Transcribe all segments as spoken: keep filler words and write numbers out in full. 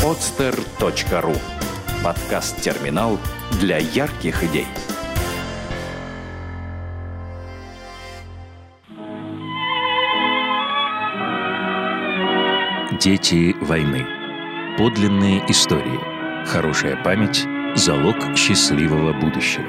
подстер точка ру. Подкаст-терминал для ярких идей. Дети войны. Подлинные истории. Хорошая память – залог счастливого будущего.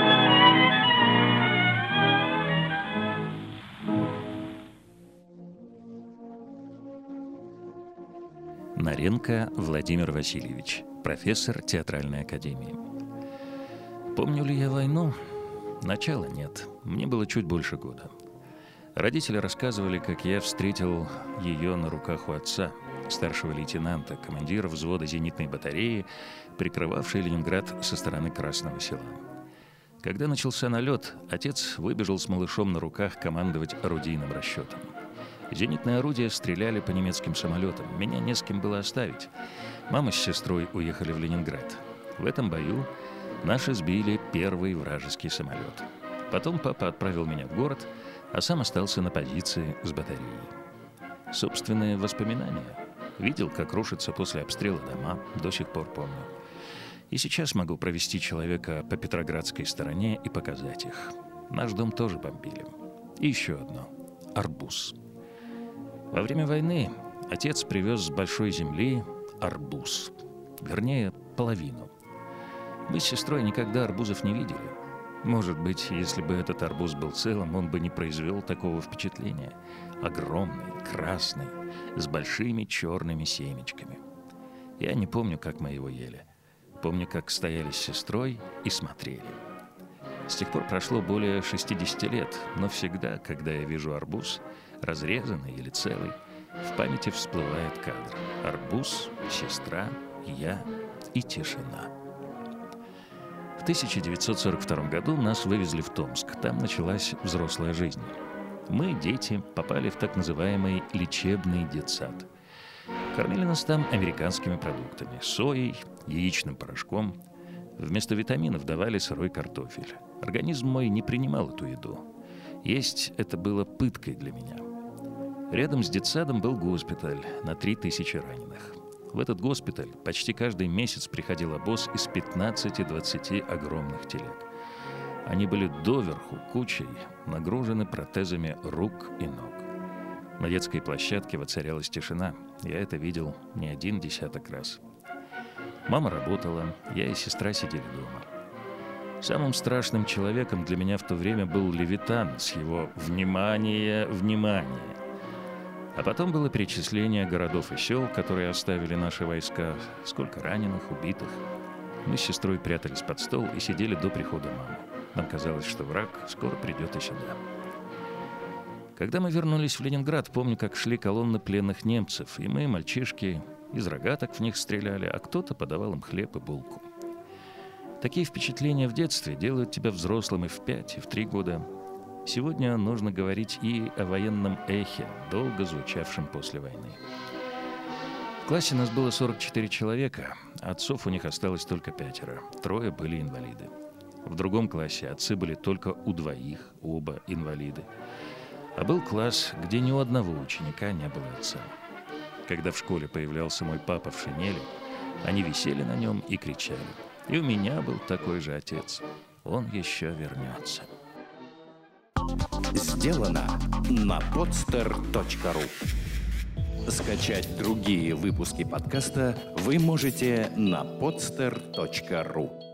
Наренко Владимир Васильевич, профессор театральной академии. Помню ли я войну? Начала нет. Мне было чуть больше года. Родители рассказывали, как я встретил ее на руках у отца, старшего лейтенанта, командира взвода зенитной батареи, прикрывавшей Ленинград со стороны Красного Села. Когда начался налет, отец выбежал с малышом на руках командовать орудийным расчетом. Зенитные орудия стреляли по немецким самолетам. Меня не с кем было оставить. Мама с сестрой уехали в Ленинград. В этом бою наши сбили первый вражеский самолет. Потом папа отправил меня в город, а сам остался на позиции с батареей. Собственные воспоминания. Видел, как рушатся после обстрела дома, до сих пор помню. И сейчас могу провести человека по Петроградской стороне и показать их. Наш дом тоже бомбили. И еще одно. Арбуз. Во время войны отец привез с большой земли арбуз. Вернее, половину. Мы с сестрой никогда арбузов не видели. Может быть, если бы этот арбуз был целым, он бы не произвел такого впечатления. Огромный, красный, с большими черными семечками. Я не помню, как мы его ели. Помню, как стояли с сестрой и смотрели. С тех пор прошло более шестидесяти лет, но всегда, когда я вижу арбуз, разрезанный или целый, в памяти всплывает кадр. Арбуз, сестра, я и тишина. В тысяча девятьсот сорок втором году нас вывезли в Томск. Там началась взрослая жизнь. Мы, дети, попали в так называемый лечебный детсад. Кормили нас там американскими продуктами, соей, яичным порошком. Вместо витаминов давали сырой картофель. Организм мой не принимал эту еду. Есть это было пыткой для меня. Рядом с детсадом был госпиталь на три тысячи раненых. В этот госпиталь почти каждый месяц приходил обоз из пятнадцати-двадцати огромных телег. Они были доверху кучей нагружены протезами рук и ног. На детской площадке воцарялась тишина. Я это видел не один десяток раз. Мама работала, я и сестра сидели дома. Самым страшным человеком для меня в то время был Левитан с его «внимание, внимание». А потом было перечисление городов и сел, которые оставили наши войска, сколько раненых, убитых. Мы с сестрой прятались под стол и сидели до прихода мамы. Нам казалось, что враг скоро придет и сюда. Когда мы вернулись в Ленинград, помню, как шли колонны пленных немцев, и мы, мальчишки, из рогаток в них стреляли, а кто-то подавал им хлеб и булку. Такие впечатления в детстве делают тебя взрослым и в пять, и в три года. Сегодня нужно говорить и о военном эхе, долго звучавшем после войны. В классе нас было сорок четыре человека, отцов у них осталось только пятеро, трое были инвалиды. В другом классе отцы были только у двоих, оба инвалиды. А был класс, где ни у одного ученика не было отца. Когда в школе появлялся мой папа в шинели, они висели на нем и кричали. И у меня был такой же отец. Он еще вернется. Сделано на подстер точка ру. Скачать другие выпуски подкаста вы можете на подстер точка ру.